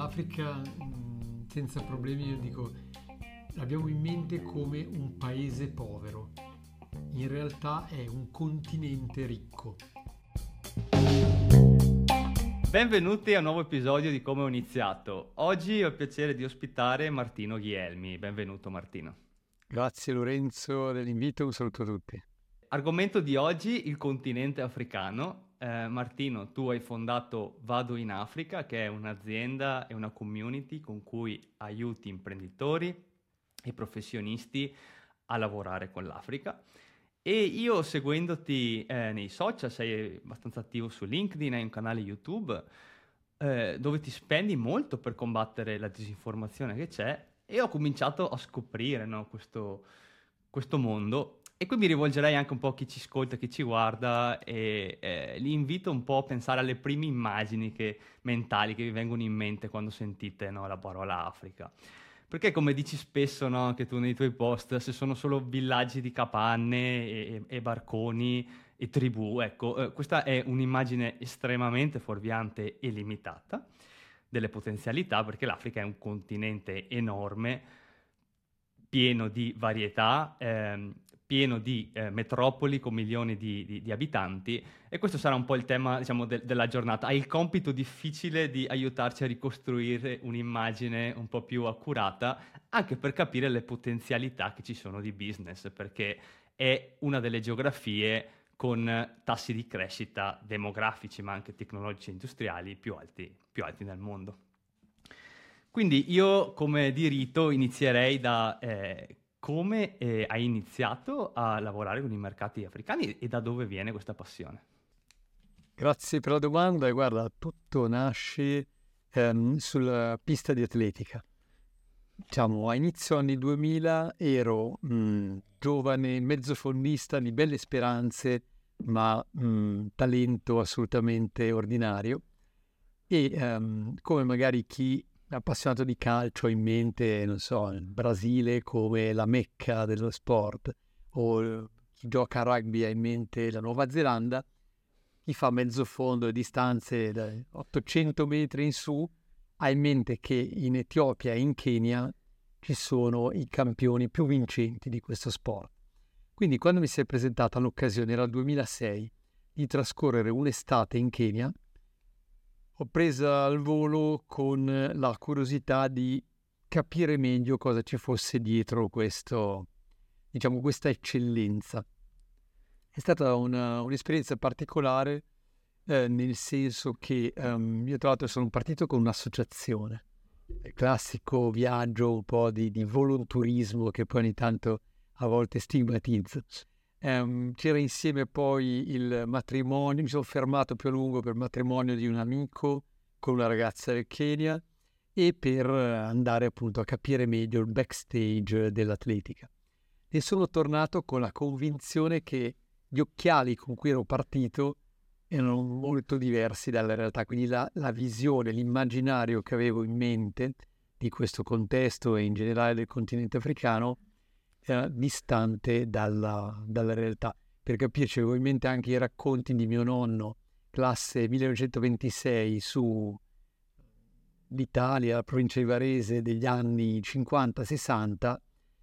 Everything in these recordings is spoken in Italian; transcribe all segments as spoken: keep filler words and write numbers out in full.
l'Africa mh, senza problemi, io dico, l'abbiamo in mente come un paese povero. In realtà è un continente ricco. Benvenuti a un nuovo episodio di Come ho iniziato. Oggi ho il piacere di ospitare Martino Ghielmi. Benvenuto Martino. Grazie Lorenzo dell'invito, un saluto a tutti. Argomento di oggi, il continente africano. Eh, Martino, tu hai fondato Vado in Africa, che è un'azienda e una community con cui aiuti imprenditori e professionisti a lavorare con l'Africa. E io seguendoti eh, nei social, sei abbastanza attivo su LinkedIn, hai un canale YouTube eh, dove ti spendi molto per combattere la disinformazione che c'è, e ho cominciato a scoprire, no, questo, questo mondo. E qui mi rivolgerei anche un po' a chi ci ascolta, chi ci guarda, e eh, li invito un po' a pensare alle prime immagini che, mentali che vi vengono in mente quando sentite, no, la parola Africa. Perché come dici spesso, no, anche tu nei tuoi post, se sono solo villaggi di capanne e, e barconi e tribù, ecco, eh, questa è un'immagine estremamente fuorviante e limitata delle potenzialità, perché l'Africa è un continente enorme, pieno di varietà, ehm, pieno di eh, metropoli con milioni di, di- di abitanti, e questo sarà un po' il tema, diciamo, de- della giornata. Hai il compito difficile di aiutarci a ricostruire un'immagine un po' più accurata, anche per capire le potenzialità che ci sono di business, perché è una delle geografie con tassi di crescita demografici, ma anche tecnologici e industriali più alti, più alti nel mondo. Quindi io, come di rito, inizierei da eh, come eh, hai iniziato a lavorare con i mercati africani e da dove viene questa passione. Grazie per la domanda. E guarda, tutto nasce ehm, sulla pista di atletica. Diciamo, a inizio anni duemila ero mh, giovane, mezzofondista di belle speranze, ma mh, talento assolutamente ordinario. E ehm, come magari chi è appassionato di calcio ha in mente, non so, il Brasile come la mecca dello sport, o eh, chi gioca a rugby ha in mente la Nuova Zelanda, chi fa mezzo fondo e distanze da ottocento metri in su ha in mente che in Etiopia e in Kenya ci sono i campioni più vincenti di questo sport. Quindi quando mi si è presentata l'occasione, era il duemilasei, di trascorrere un'estate in Kenya, ho preso al volo con la curiosità di capire meglio cosa ci fosse dietro questo, diciamo, questa eccellenza. È stata una, un'esperienza particolare, eh, nel senso che um, io tra l'altro sono partito con un'associazione, il classico viaggio un po' di, di volonturismo che poi ogni tanto a volte stigmatizza. Um, c'era insieme poi il matrimonio, mi sono fermato più a lungo per il matrimonio di un amico con una ragazza del Kenya e per andare appunto a capire meglio il backstage dell'atletica. E sono tornato con la convinzione che gli occhiali con cui ero partito erano molto diversi dalla realtà, quindi la, la visione, l'immaginario che avevo in mente di questo contesto e in generale del continente africano era distante dalla, dalla realtà. Per capirci, avevo in mente anche i racconti di mio nonno, classe millenovecentoventisei, su l'Italia, la provincia di Varese degli anni cinquanta sessanta,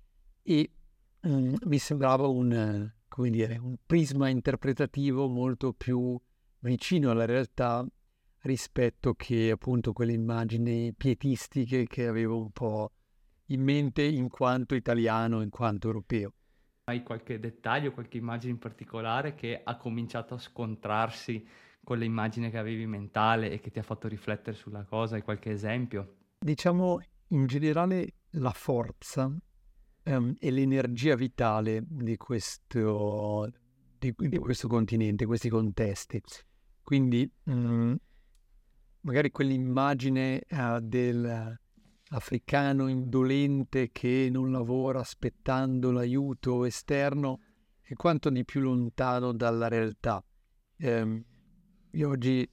e um, mi sembrava un, come dire, un prisma interpretativo molto più vicino alla realtà rispetto che appunto quelle immagini pietistiche che avevo un po' in mente in quanto italiano, in quanto europeo. Hai qualche dettaglio, qualche immagine in particolare che ha cominciato a scontrarsi con l'immagine che avevi mentale e che ti ha fatto riflettere sulla cosa? Hai qualche esempio? Diciamo in generale la forza um, e l'energia vitale di questo, di, di questo continente, questi contesti. Quindi um, magari quell'immagine uh, del africano indolente che non lavora aspettando l'aiuto esterno è quanto di più lontano dalla realtà. Um, io oggi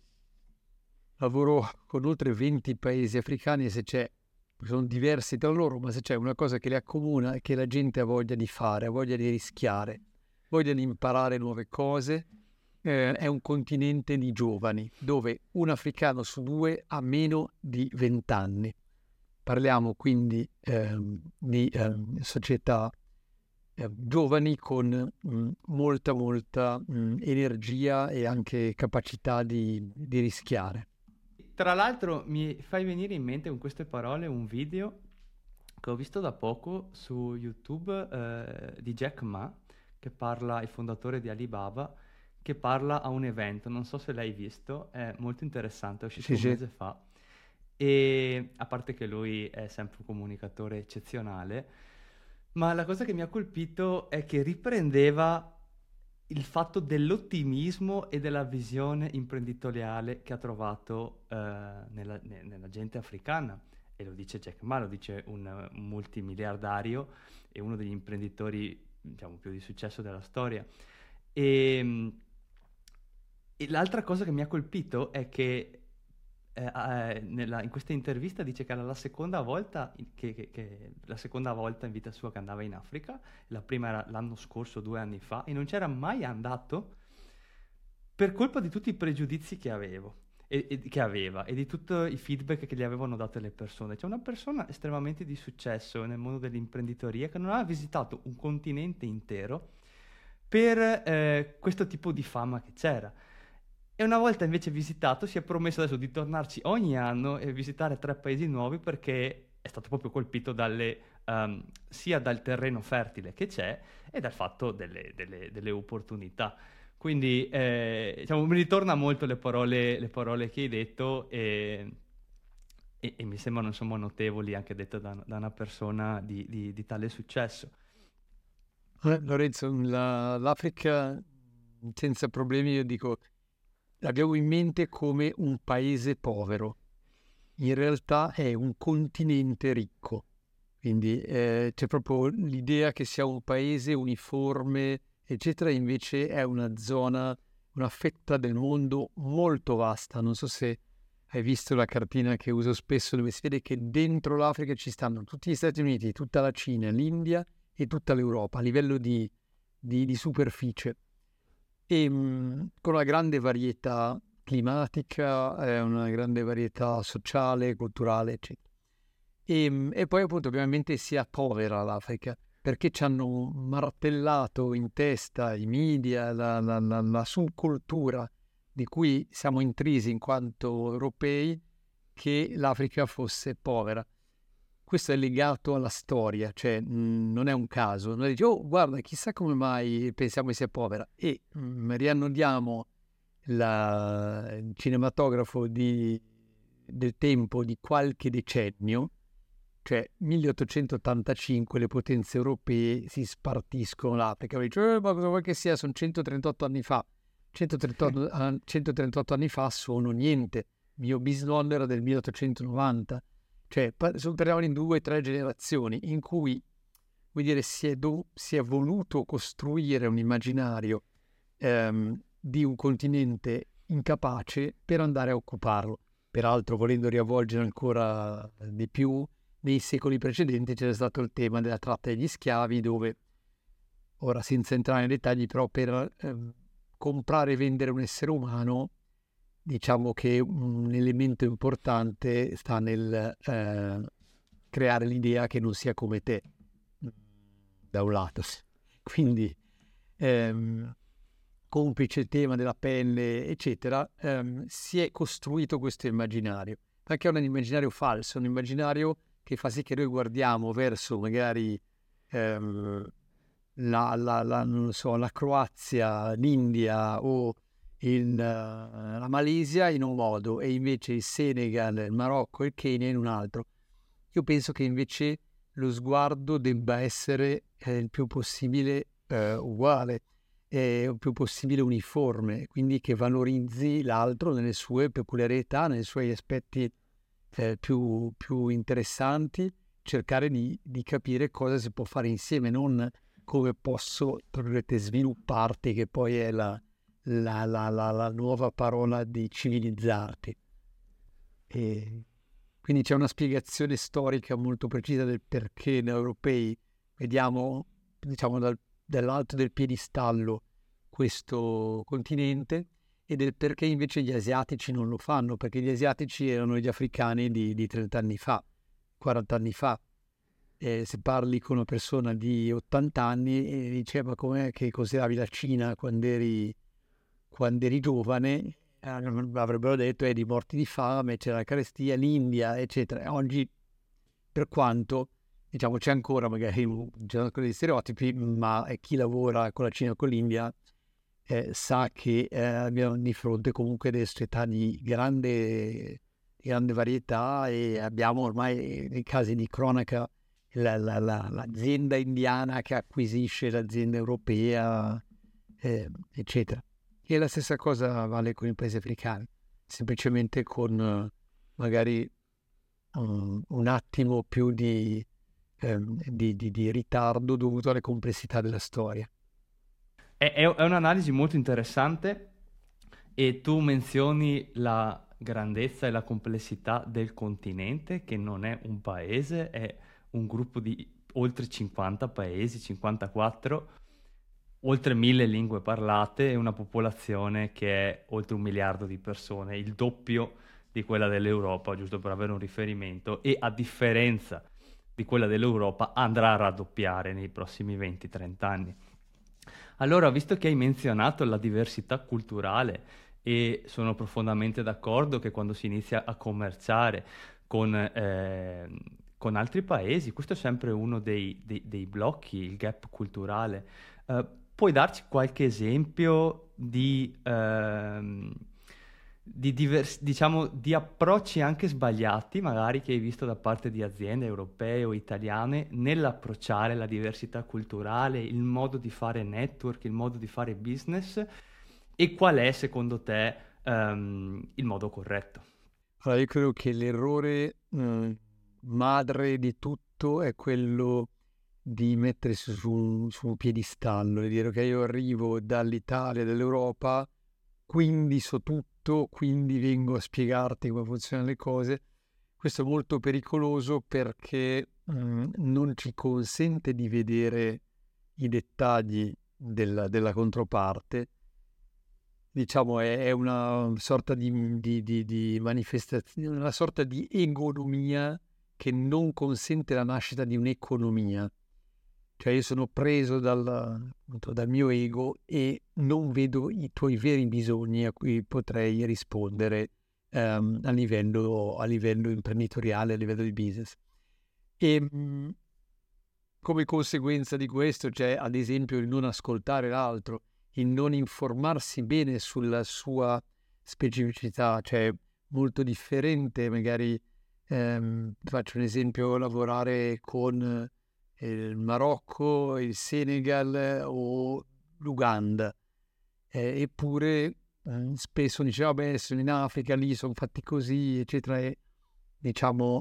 lavoro con oltre venti paesi africani e se c'è, sono diversi tra loro, ma se c'è una cosa che li accomuna è che la gente ha voglia di fare, ha voglia di rischiare, voglia di imparare nuove cose, eh, è un continente di giovani, dove un africano su due ha meno di venti anni. Parliamo quindi ehm, di ehm, società eh, giovani con mh, molta, molta mh, energia e anche capacità di, di rischiare. Tra l'altro mi fai venire in mente con queste parole un video che ho visto da poco su YouTube eh, di Jack Ma, che parla, il fondatore di Alibaba, che parla a un evento, non so se l'hai visto, è molto interessante, è uscito Sì, un sì. mese fa, e a parte che lui è sempre un comunicatore eccezionale, ma la cosa che mi ha colpito è che riprendeva il fatto dell'ottimismo e della visione imprenditoriale che ha trovato eh, nella, ne- nella gente africana. E lo dice Jack Ma, lo dice un, un multimiliardario e uno degli imprenditori, diciamo, più di successo della storia. E, e l'altra cosa che mi ha colpito è che eh, eh, nella- in questa intervista dice che era la seconda volta in- che, che- che- la seconda volta in vita sua che andava in Africa, la prima era l'anno scorso, due anni fa, e non c'era mai andato per colpa di tutti i pregiudizi che avevo. E, e- che aveva e di tutti i feedback che gli avevano dato le persone. C'è una persona estremamente di successo nel mondo dell'imprenditoria che non ha visitato un continente intero per eh, questo tipo di fama che c'era. E una volta invece visitato si è promesso adesso di tornarci ogni anno e visitare tre paesi nuovi perché è stato proprio colpito dalle, ehm, sia dal terreno fertile che c'è e dal fatto delle, delle- delle opportunità. Quindi eh, diciamo, mi ritorna molto le parole, le parole che hai detto e, e- e mi sembrano insomma notevoli anche dette da, da una persona di, di- di tale successo. Eh, Lorenzo, la- l'Africa senza problemi, io dico, l'abbiamo in mente come un paese povero. In realtà è un continente ricco, quindi eh, c'è proprio l'idea che sia un paese uniforme, eccetera, invece è una zona, una fetta del mondo molto vasta. Non so se hai visto la cartina che uso spesso dove si vede che dentro l'Africa ci stanno tutti gli Stati Uniti, tutta la Cina, l'India e tutta l'Europa a livello di, di- di superficie e mh, con una grande varietà climatica, eh, una grande varietà sociale, culturale, eccetera. E, mh, e poi appunto ovviamente sia povera l'Africa, perché ci hanno martellato in testa i media, la, la, la, la subcultura di cui siamo intrisi in quanto europei, che l'Africa fosse povera. Questo è legato alla storia, cioè mh, non è un caso. Noi diciamo, oh, guarda, chissà come mai pensiamo che sia povera. E mh, riannodiamo la- il cinematografo di- del tempo di qualche decennio, cioè milleottocentottantacinque le potenze europee si spartiscono l'Africa. Dice, "Eh, ma cosa vuoi che sia? Sono centotrentotto anni fa. centotrentotto, an- centotrentotto anni fa sono niente. Mio bisnonno era del milleottocentonovanta. Cioè, pa- sono- parliamo di due o tre generazioni in cui, vuol dire, si è, do- si è voluto costruire un immaginario ehm, di un continente incapace per andare a occuparlo. Peraltro, volendo riavvolgere ancora di più, nei secoli precedenti c'era stato il tema della tratta degli schiavi, dove, ora senza entrare nei dettagli, però per ehm, comprare e vendere un essere umano, diciamo che un elemento importante sta nel eh, creare l'idea che non sia come te, da un lato. Quindi, ehm, complice il tema della pelle, eccetera, ehm, si è costruito questo immaginario. Perché è un immaginario falso, un immaginario che fa sì che noi guardiamo verso magari ehm, la, la, la, non so, la Croazia, l'India o il, uh, la Malesia in un modo e invece il Senegal, il Marocco e il Kenya in un altro. Io penso che invece lo sguardo debba essere eh, il più possibile eh, uguale, eh, il più possibile uniforme, quindi che valorizzi l'altro nelle sue peculiarità, nei suoi aspetti eh, più, più interessanti, cercare di, di capire cosa si può fare insieme, non come posso svilupparti, che poi è la, la, la, la, la nuova parola di civilizzarti. E quindi c'è una spiegazione storica molto precisa del perché noi europei vediamo, diciamo, dal, dall'alto del piedistallo questo continente e del perché invece gli asiatici non lo fanno, perché gli asiatici erano gli africani di, di trenta anni fa, quaranta anni fa. E se parli con una persona di ottanta anni e dice ma com'è che consideravi la Cina quando eri, quando eri giovane, eh, avrebbero detto è di morti di fame, c'era la carestia, l'India, eccetera. Oggi, per quanto diciamo c'è ancora magari c'è ancora degli stereotipi, ma chi lavora con la Cina o con l'India eh, sa che eh, abbiamo di fronte comunque delle società di grande, di grande varietà, e abbiamo ormai nei casi di cronaca la, la, la, l'azienda indiana che acquisisce l'azienda europea, eh, eccetera. E la stessa cosa vale con i paesi africani, semplicemente con eh, magari um, un attimo più di, eh, di, di, di ritardo dovuto alle complessità della storia. È, è- è un'analisi molto interessante e tu menzioni la grandezza e la complessità del continente, che non è un paese, è un gruppo di oltre cinquanta paesi, cinquantaquattro, oltre mille lingue parlate e una popolazione che è oltre un miliardo di persone, il doppio di quella dell'Europa, giusto per avere un riferimento, e a differenza di quella dell'Europa andrà a raddoppiare nei prossimi venti trenta anni. Allora, visto che hai menzionato la diversità culturale, e sono profondamente d'accordo che quando si inizia a commerciare con, eh, con altri paesi, questo è sempre uno dei, dei- dei blocchi, il gap culturale. Eh, puoi darci qualche esempio di, ehm, di divers- diciamo, di approcci anche sbagliati, magari che hai visto da parte di aziende europee o italiane nell'approcciare la diversità culturale, il modo di fare network, il modo di fare business, e qual è secondo te ehm, il modo corretto? Allora, io credo che l'errore eh, madre di tutto è quello di mettersi su un, su un piedistallo e dire che io arrivo dall'Italia, dall'Europa, quindi so tutto, quindi vengo a spiegarti come funzionano le cose. Questo è molto pericoloso perché mm, non ci consente di vedere i dettagli della, della controparte. Diciamo è, è una sorta di, di, di, di manifestazione, una sorta di egonomia che non consente la nascita di un'economia. Cioè io sono preso dal, appunto, dal mio ego e non vedo i tuoi veri bisogni a cui potrei rispondere ehm, a livello, a livello imprenditoriale, a livello di business. E mh, come conseguenza di questo c'è ad esempio il non ascoltare l'altro, il non informarsi bene sulla sua specificità, cioè molto differente magari, ehm, faccio un esempio, lavorare con il Marocco, il Senegal o l'Uganda. Eh, eppure eh, spesso diceva, beh, sono in Africa, lì sono fatti così, eccetera. E diciamo,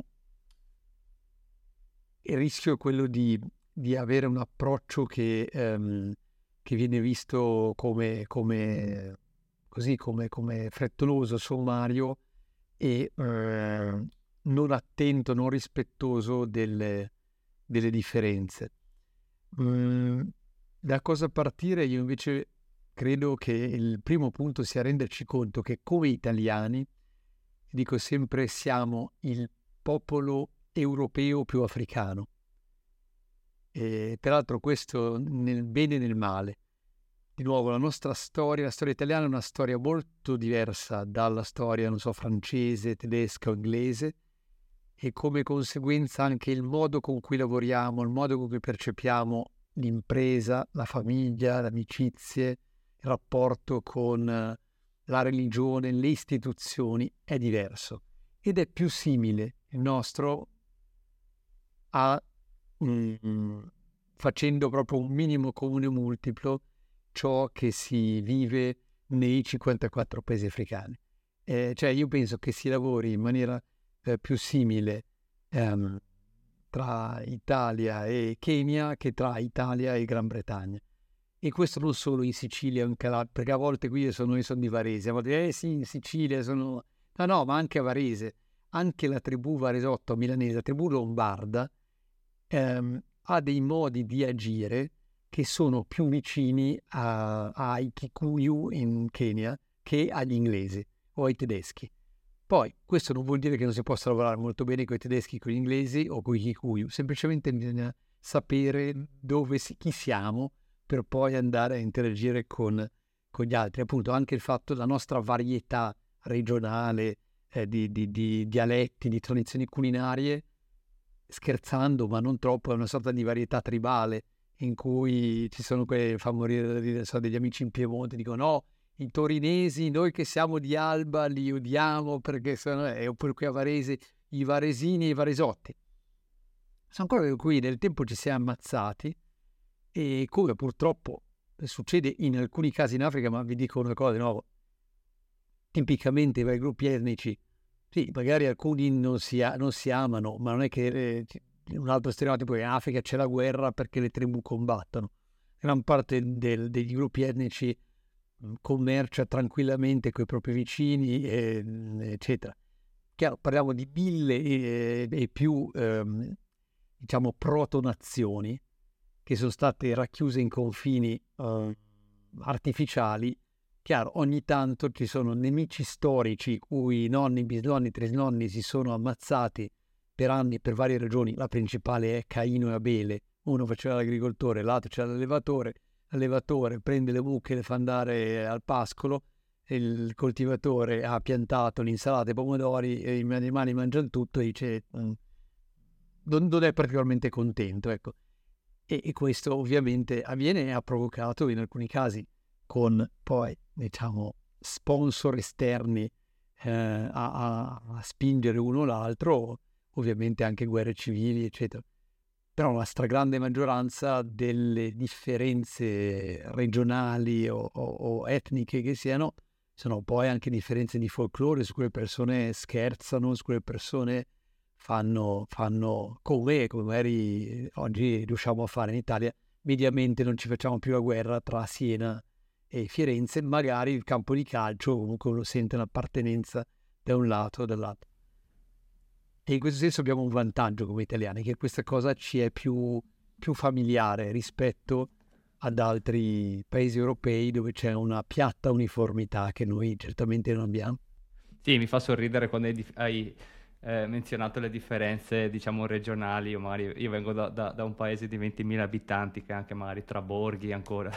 il rischio è quello di, di avere un approccio che, ehm, che viene visto come, come, così, come, come frettoloso, sommario e eh, non attento, non rispettoso delle, delle differenze. Mm, da cosa partire? Io invece credo che il primo punto sia renderci conto che come italiani, dico sempre, siamo il popolo europeo più africano. E peraltro questo nel bene e nel male. Di nuovo, la nostra storia, la storia italiana è una storia molto diversa dalla storia, non so, francese, tedesca o inglese, e come conseguenza anche il modo con cui lavoriamo, il modo con cui percepiamo l'impresa, la famiglia, le amicizie, il rapporto con eh, la religione, le istituzioni è diverso ed è più simile il nostro a mm, facendo proprio un minimo comune multiplo ciò che si vive nei cinquantaquattro paesi africani. Eh, cioè io penso che si lavori in maniera eh, più simile ehm, tra Italia e Kenya che tra Italia e Gran Bretagna. E questo non solo in Sicilia o in Calabria, perché a volte qui io sono, io sono di Varese, a volte eh sì, in Sicilia sono... No, no, ma anche a Varese. Anche la tribù varesotto milanese, la tribù lombarda, ehm, ha dei modi di agire che sono più vicini a- ai Kikuyu in Kenya che agli inglesi o ai tedeschi. Poi questo non vuol dire che non si possa lavorare molto bene con i tedeschi, con gli inglesi o con i Kikuyu, semplicemente bisogna sapere dove si, chi siamo per poi andare a interagire con, con gli altri. Appunto anche il fatto della nostra varietà regionale, eh, di, di, di dialetti, di tradizioni culinarie, scherzando ma non troppo, è una sorta di varietà tribale in cui ci sono quelle, fa morire da dire, so, degli amici in Piemonte, dicono no, i torinesi, noi che siamo di Alba li odiamo perché sono, eh, oppure qui a Varese, i varesini e i varesotti. Sono cose con cui nel tempo ci si è ammazzati e come purtroppo succede in alcuni casi in Africa, ma vi dico una cosa di nuovo, tipicamente i gruppi etnici, sì, magari alcuni non si, non si amano, ma non è che eh, un altro stereotipo è che in Africa c'è la guerra perché le tribù combattono. Gran parte del, degli gruppi etnici commercia tranquillamente con i propri vicini, eh, eccetera. Chiaro, parliamo di mille e, e più, ehm, diciamo, proto-nazioni che sono state racchiuse in confini eh, artificiali. Chiaro, ogni tanto ci sono nemici storici cui nonni, bisnonni, trisnonni si sono ammazzati per anni per varie ragioni. La principale è Caino e Abele. Uno faceva l'agricoltore, l'altro c'era l'allevatore. L'allevatore prende le mucche e le fa andare al pascolo, il coltivatore ha piantato l'insalata e i pomodori e gli animali mangiano tutto e dice mm, non, non è particolarmente contento, ecco. E, e questo ovviamente avviene e ha provocato in alcuni casi con poi diciamo sponsor esterni eh, a, a, a spingere uno o l'altro, ovviamente anche guerre civili eccetera. Però la stragrande maggioranza delle differenze regionali o, o, o etniche che siano, sono poi anche differenze di folklore su cui le persone scherzano, su cui le persone fanno, fanno come, come magari oggi riusciamo a fare in Italia. Mediamente non ci facciamo più la guerra tra Siena e Firenze, magari il campo di calcio comunque uno sente un'appartenenza da un lato o dall'altro. E in questo senso abbiamo un vantaggio come italiani, che questa cosa ci è più, più familiare rispetto ad altri paesi europei dove c'è una piatta uniformità che noi certamente non abbiamo. Sì, mi fa sorridere quando hai, dif- hai, eh, menzionato le differenze, diciamo, regionali. Io, magari, io vengo da, da- da un paese di ventimila abitanti che anche magari tra borghi ancora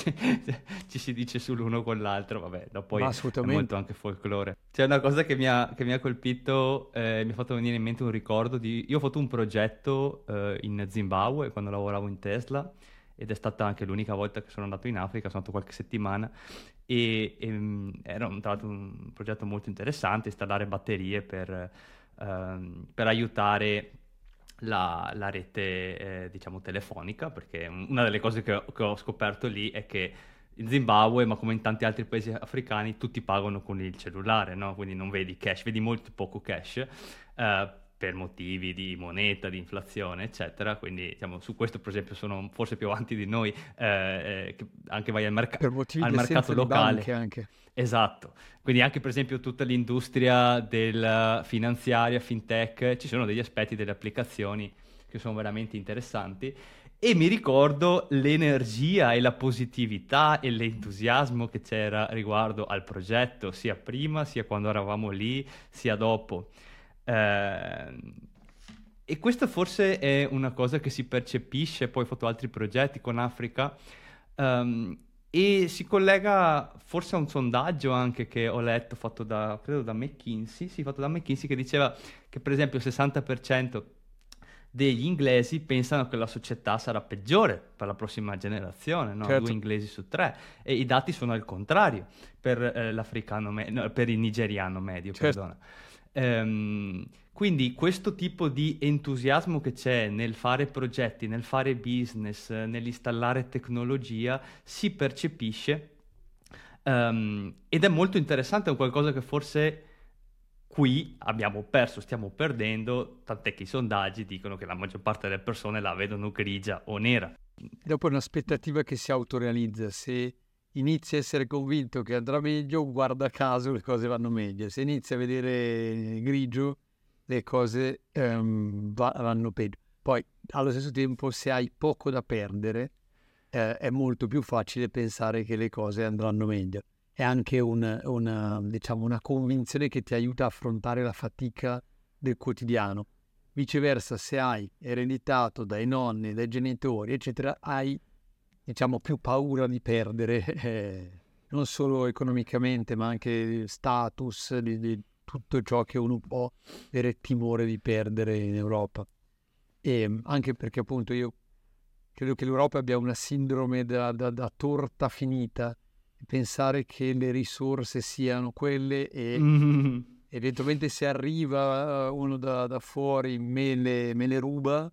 ci si dice sull'uno con l'altro, vabbè, da poi Ma è assolutamente. molto anche folklore. C'è una cosa che mi ha, che mi ha colpito, eh, mi ha fatto venire in mente un ricordo di... Io ho fatto un progetto eh, in Zimbabwe quando lavoravo in Tesla ed è stata anche l'unica volta che sono andato in Africa, sono andato qualche settimana e, e, mm, era un, tra l'altro un progetto molto interessante, installare batterie per, ehm, per aiutare la, la rete eh, diciamo telefonica, perché un- una delle cose che ho, che ho scoperto lì è che in Zimbabwe, ma come in tanti altri paesi africani, tutti pagano con il cellulare, no? Quindi non vedi cash, vedi molto poco cash, eh, per motivi di moneta, di inflazione, eccetera. Quindi, diciamo, su questo, per esempio, sono forse più avanti di noi, eh, eh, che anche vai al, merc- Per motivi al di mercato assenza di banche locale. anche. Esatto. Quindi anche, per esempio, tutta l'industria del finanziaria, fintech, ci sono degli aspetti delle applicazioni che sono veramente interessanti. E mi ricordo l'energia e la positività e l'entusiasmo che c'era riguardo al progetto, sia prima, sia quando eravamo lì, sia dopo. Eh, e questo forse è una cosa che si percepisce, poi ho fatto altri progetti con Africa, ehm, e si collega forse a un sondaggio anche che ho letto, fatto da, credo da McKinsey, sì, fatto da McKinsey, che diceva che per esempio il sessanta per cento degli inglesi pensano che la società sarà peggiore per la prossima generazione, no? Due Certo. inglesi su tre, e i dati sono al contrario per eh, l'africano me- no, per il nigeriano medio, Certo. perdona. Ehm, quindi questo tipo di entusiasmo che c'è nel fare progetti, nel fare business, eh, nell'installare tecnologia, si percepisce, ehm, ed è molto interessante, è qualcosa che forse qui abbiamo perso, stiamo perdendo, tant'è che i sondaggi dicono che la maggior parte delle persone la vedono grigia o nera. Dopo è un'aspettativa che si autorealizza. Se inizi a essere convinto che andrà meglio, guarda caso le cose vanno meglio. Se inizi a vedere grigio, le cose ehm, va- vanno peggio. Poi, allo stesso tempo, se hai poco da perdere, eh, è molto più facile pensare che le cose andranno meglio. È anche un, una, diciamo, una convinzione che ti aiuta a affrontare la fatica del quotidiano. Viceversa, se hai ereditato dai nonni, dai genitori, eccetera, hai, diciamo, più paura di perdere, eh, non solo economicamente, ma anche status, di, di tutto ciò che uno può avere timore di perdere in Europa. E anche perché appunto io credo che l'Europa abbia una sindrome da, da, da torta finita, pensare che le risorse siano quelle e mm. eventualmente se arriva uno da, da fuori me le, me le ruba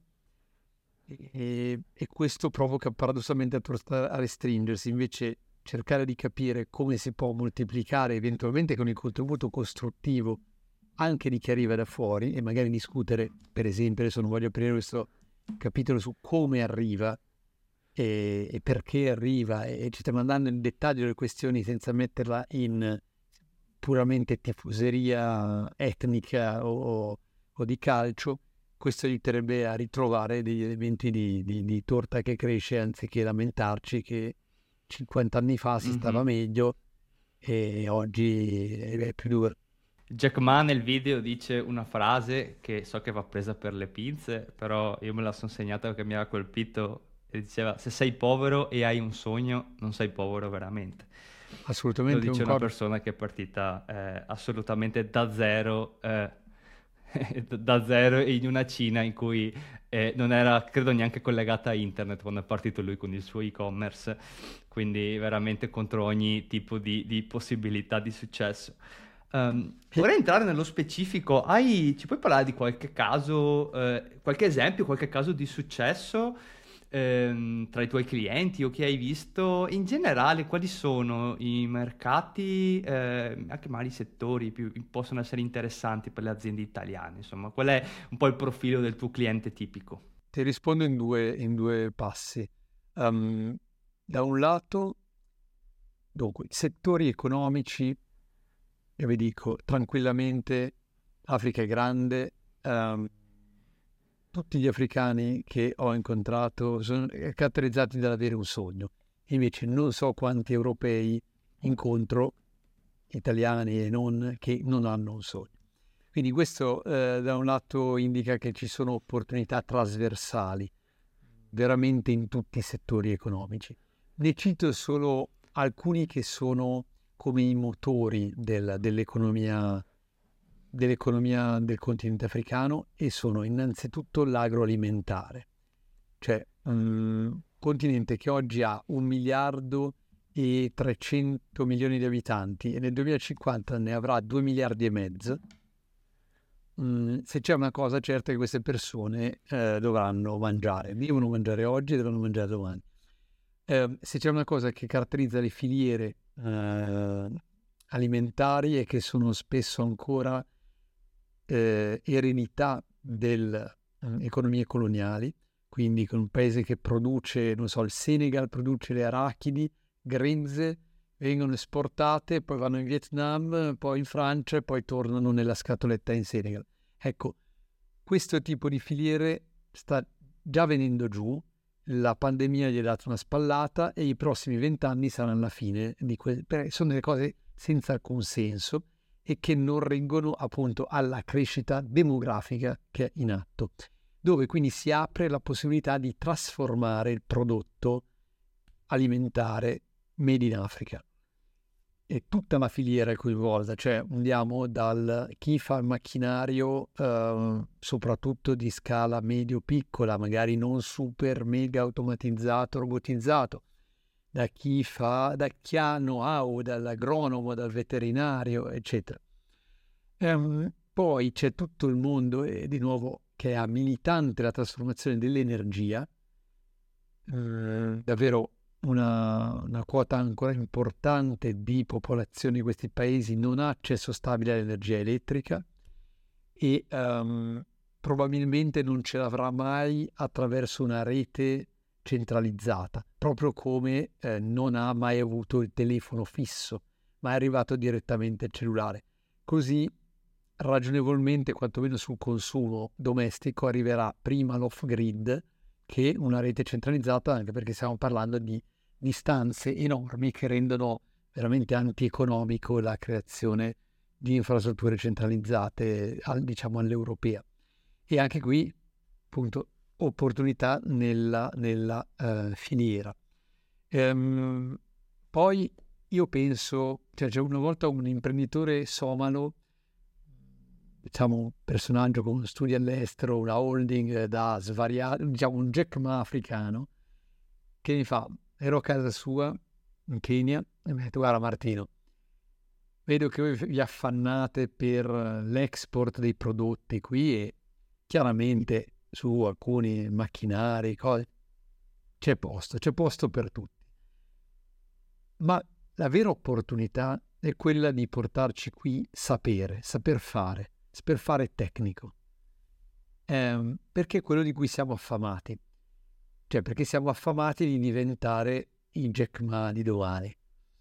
e, e questo provoca paradossalmente a, a restringersi. Invece cercare di capire come si può moltiplicare eventualmente con il contributo costruttivo anche di chi arriva da fuori e magari discutere, per esempio, adesso non voglio aprire questo capitolo su come arriva e, e perché arriva, eccetera, andando nel dettaglio delle questioni senza metterla in puramente tifoseria etnica o, o di calcio, questo aiuterebbe a ritrovare degli elementi di, di, di torta che cresce anziché lamentarci che cinquanta anni fa si stava mm-hmm. meglio e oggi è più duro. Jack Ma nel video dice una frase che so che va presa per le pinze, però io me la sono segnata perché mi aveva colpito e diceva: se sei povero e hai un sogno, non sei povero veramente. Assolutamente. Lo dice un una cor- persona che è partita eh, assolutamente da zero, eh, da zero in una Cina in cui eh, non era, credo, neanche collegata a internet quando è partito lui con il suo e-commerce, quindi veramente contro ogni tipo di, di possibilità di successo. Um, vorrei entrare nello specifico. Hai, ci puoi parlare di qualche caso, eh, qualche esempio, qualche caso di successo ehm, tra i tuoi clienti o che hai visto? In generale, quali sono i mercati, eh, anche magari i settori più possono essere interessanti per le aziende italiane? Insomma, qual è un po' il profilo del tuo cliente tipico? Ti rispondo in due, in due passi. Um, da un lato, dunque, settori economici. Io vi dico, tranquillamente, Africa è grande, um, tutti gli africani che ho incontrato sono caratterizzati dall'avere un sogno. Invece non so quanti europei incontro, italiani e non, che non hanno un sogno. Quindi questo eh, da un lato indica che ci sono opportunità trasversali, veramente in tutti i settori economici. Ne cito solo alcuni che sono come i motori del, dell'economia, dell'economia del continente africano e sono innanzitutto l'agroalimentare, cioè un continente che oggi ha un miliardo e trecento milioni di abitanti e nel duemilacinquanta ne avrà due miliardi e mezzo. Mm, se c'è una cosa certa è che queste persone eh, dovranno mangiare, devono mangiare oggi e dovranno mangiare domani. Eh, se c'è una cosa che caratterizza le filiere eh, alimentari e che sono spesso ancora eh, eredità delle eh, economie coloniali, quindi con un paese che produce, non so, il Senegal produce le arachidi, grenze, vengono esportate, poi vanno in Vietnam, poi in Francia e poi tornano nella scatoletta in Senegal. Ecco, questo tipo di filiere sta già venendo giù, la pandemia gli ha dato una spallata e i prossimi vent'anni saranno la fine di quelle, sono delle cose senza alcun senso e che non reggono appunto alla crescita demografica che è in atto, dove quindi si apre la possibilità di trasformare il prodotto alimentare made in Africa. E tutta la filiera è coinvolta, cioè andiamo dal chi fa il macchinario eh, soprattutto di scala medio-piccola, magari non super mega automatizzato, robotizzato, da chi fa, da chi ha know-how, dall'agronomo, dal veterinario, eccetera. Ehm, poi c'è tutto il mondo, e di nuovo, che è militante la trasformazione dell'energia, eh, davvero Una, una quota ancora importante di popolazione di questi paesi non ha accesso stabile all'energia elettrica e um, probabilmente non ce l'avrà mai attraverso una rete centralizzata, proprio come eh, non ha mai avuto il telefono fisso, ma è arrivato direttamente il cellulare. Così ragionevolmente, quantomeno sul consumo domestico, arriverà prima l'off-grid, che una rete centralizzata, anche perché stiamo parlando di distanze enormi che rendono veramente antieconomico la creazione di infrastrutture centralizzate, al, diciamo all'europea. E anche qui, appunto, opportunità nella, nella uh, filiera. Ehm, poi io penso, cioè c'è una volta un imprenditore somalo, diciamo un personaggio con studi all'estero, una holding da svariati, diciamo un Jack Ma africano, che mi fa, ero a casa sua in Kenya e mi ha detto: guarda Martino, vedo che voi vi affannate per l'export dei prodotti qui e chiaramente su alcuni macchinari, cose, c'è posto, c'è posto per tutti. Ma la vera opportunità è quella di portarci qui sapere, saper fare, saper fare tecnico. Eh, perché è quello di cui siamo affamati. Cioè, perché siamo affamati di diventare i Jack Ma di domani.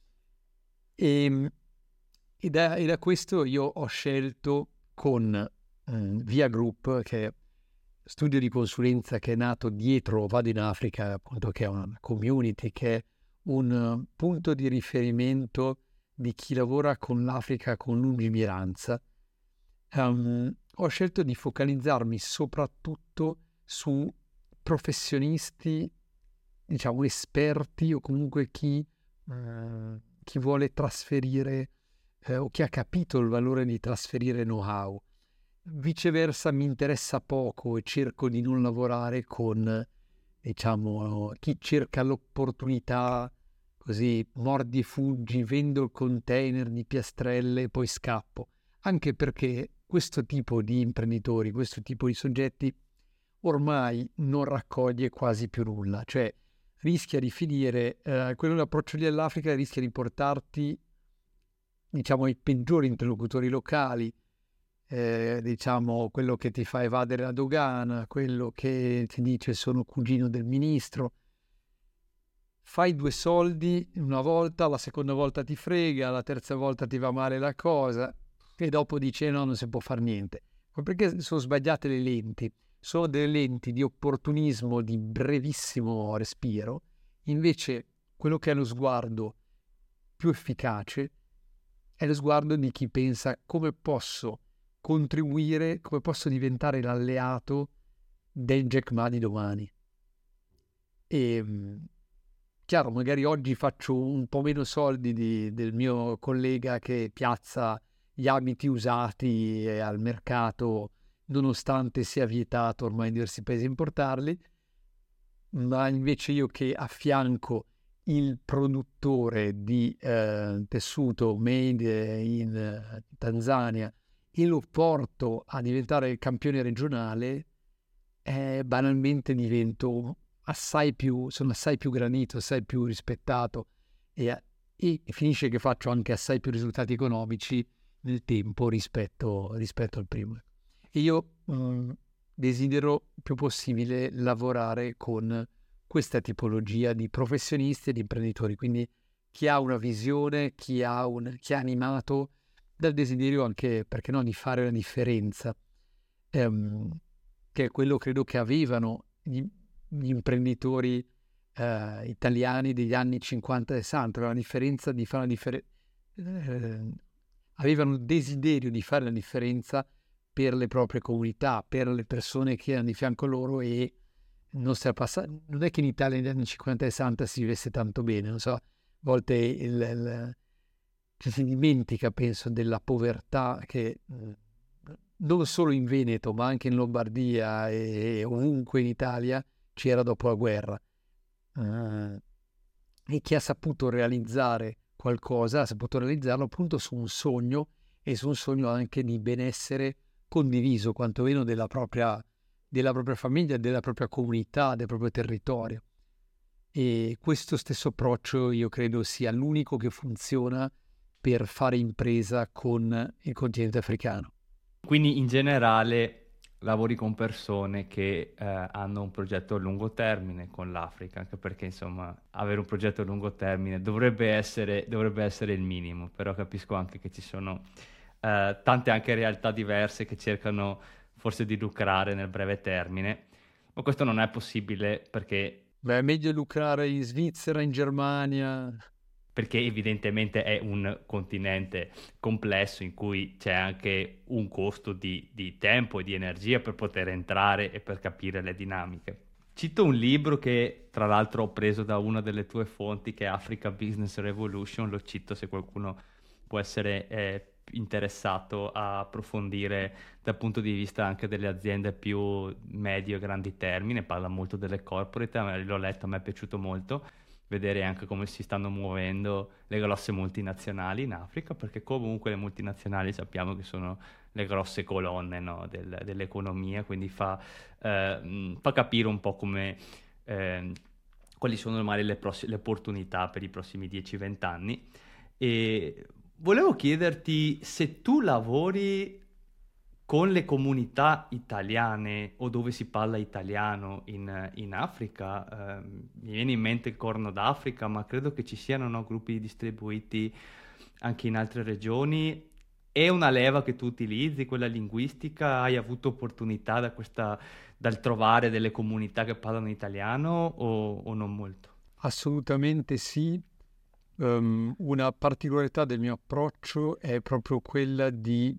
E, e, da, e da questo io ho scelto con eh, Via Group, che è studio di consulenza che è nato dietro Vado in Africa, appunto, che è una community, che è un uh, punto di riferimento di chi lavora con l'Africa con lungimiranza. Um, ho scelto di focalizzarmi soprattutto su professionisti, diciamo esperti, o comunque chi, uh, chi vuole trasferire eh, o chi ha capito il valore di trasferire know-how. Viceversa mi interessa poco e cerco di non lavorare con, diciamo, chi cerca l'opportunità, così mordi e fuggi, vendo il container di piastrelle e poi scappo. Anche perché questo tipo di imprenditori, questo tipo di soggetti ormai non raccoglie quasi più nulla. Cioè rischia di finire, eh, quello l'approccio lì all'Africa rischia di portarti, diciamo, ai peggiori interlocutori locali. Eh, diciamo quello che ti fa evadere la dogana, quello che ti dice sono cugino del ministro. Fai due soldi una volta, la seconda volta ti frega, la terza volta ti va male la cosa e dopo dice no, non si può fare niente. Ma perché sono sbagliate le lenti? Sono delle lenti di opportunismo di brevissimo respiro. Invece quello che è lo sguardo più efficace è lo sguardo di chi pensa: come posso contribuire, come posso diventare l'alleato del Jack Ma di domani. E chiaro, magari oggi faccio un po' meno soldi di, del mio collega che piazza gli abiti usati al mercato, nonostante sia vietato ormai in diversi paesi importarli, ma invece io che affianco il produttore di eh, tessuto made in eh, Tanzania e lo porto a diventare il campione regionale, eh, banalmente divento assai più, sono assai più granito, assai più rispettato e, e finisce che faccio anche assai più risultati economici nel tempo rispetto, rispetto al primo. E io mh, desidero più possibile lavorare con questa tipologia di professionisti e di imprenditori, quindi chi ha una visione, chi ha, un, chi è animato dal desiderio anche, perché no, di fare la differenza, ehm, che è quello credo che avevano gli, gli imprenditori eh, italiani degli anni cinquanta e sessanta, la differenza di fare la differenza, eh, avevano il desiderio di fare la differenza per le proprie comunità, per le persone che erano di fianco a loro. E non, passa- non è che in Italia negli anni cinquanta e sessanta si vivesse tanto bene, non so, a volte il, il cioè si dimentica, penso, della povertà che mh, non solo in Veneto ma anche in Lombardia e, e ovunque in Italia c'era dopo la guerra, uh, e chi ha saputo realizzare qualcosa ha saputo realizzarlo appunto su un sogno, e su un sogno anche di benessere condiviso, quantomeno della propria, della propria famiglia, della propria comunità, del proprio territorio. E questo stesso approccio io credo sia l'unico che funziona per fare impresa con il continente africano. Quindi in generale lavori con persone che eh, hanno un progetto a lungo termine con l'Africa, anche perché insomma avere un progetto a lungo termine dovrebbe essere, dovrebbe essere il minimo, però capisco anche che ci sono eh, tante anche realtà diverse che cercano forse di lucrare nel breve termine. Ma questo non è possibile perché Beh, è meglio lucrare in Svizzera, in Germania. perché evidentemente è un continente complesso in cui c'è anche un costo di, di tempo e di energia per poter entrare e per capire le dinamiche. Cito un libro che tra l'altro ho preso da una delle tue fonti, che è Africa Business Revolution, lo cito se qualcuno può essere eh, interessato a approfondire dal punto di vista anche delle aziende più medio e grandi termini, parla molto delle corporate, a me- l'ho letto, a me è piaciuto molto vedere anche come si stanno muovendo le grosse multinazionali in Africa, perché comunque le multinazionali sappiamo che sono le grosse colonne, no, del- dell'economia, quindi fa, eh, mh, fa capire un po' come, ehm, quali sono magari le, prossi- le opportunità per i prossimi dieci venti anni. E volevo chiederti se tu lavori con le comunità italiane o dove si parla italiano in, in Africa. Ehm, mi viene in mente il Corno d'Africa, ma credo che ci siano, no, gruppi distribuiti anche in altre regioni. È una leva che tu utilizzi, quella linguistica? Hai avuto opportunità da questa, dal trovare delle comunità che parlano italiano o, o non molto? Assolutamente sì. Um, una particolarità del mio approccio è proprio quella di,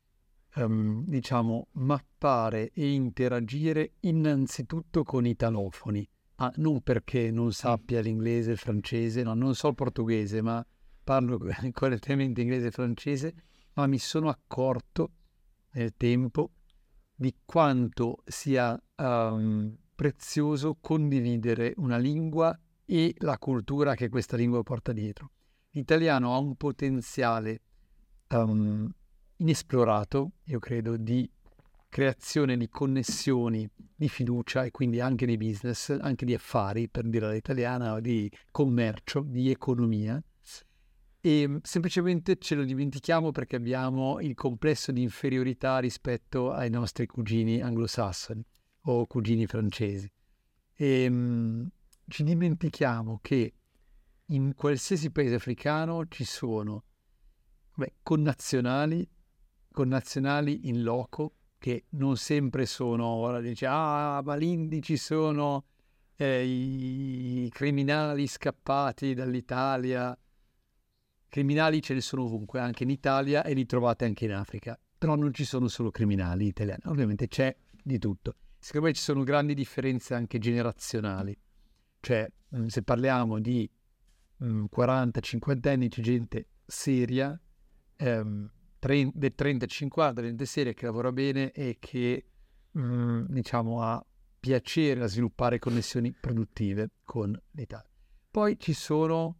um, diciamo, mappare e interagire innanzitutto con italofoni. Ah, non perché non sappia l'inglese, il francese, no, non so il portoghese, ma parlo correttamente inglese e francese, ma mi sono accorto nel tempo di quanto sia um, prezioso condividere una lingua e la cultura che questa lingua porta dietro. L'italiano ha un potenziale um, inesplorato, io credo, di creazione di connessioni, di fiducia e quindi anche di business, anche di affari, per dire all'italiana, di commercio, di economia. E semplicemente ce lo dimentichiamo perché abbiamo il complesso di inferiorità rispetto ai nostri cugini anglosassoni o cugini francesi. E um, ci dimentichiamo che in qualsiasi paese africano ci sono beh, connazionali, connazionali in loco, che non sempre sono, ora dice, ah, ma lì ci sono eh, i criminali scappati dall'Italia. Criminali ce ne sono ovunque, anche in Italia, e li trovate anche in Africa. Però non ci sono solo criminali italiani, ovviamente c'è di tutto. Secondo me ci sono grandi differenze anche generazionali. Cioè, se parliamo di um, quaranta cinquanta anni, c'è gente seria, um, del trenta cinquanta, gente seria che lavora bene e che, um, diciamo, ha piacere a sviluppare connessioni produttive con l'Italia. Poi ci sono...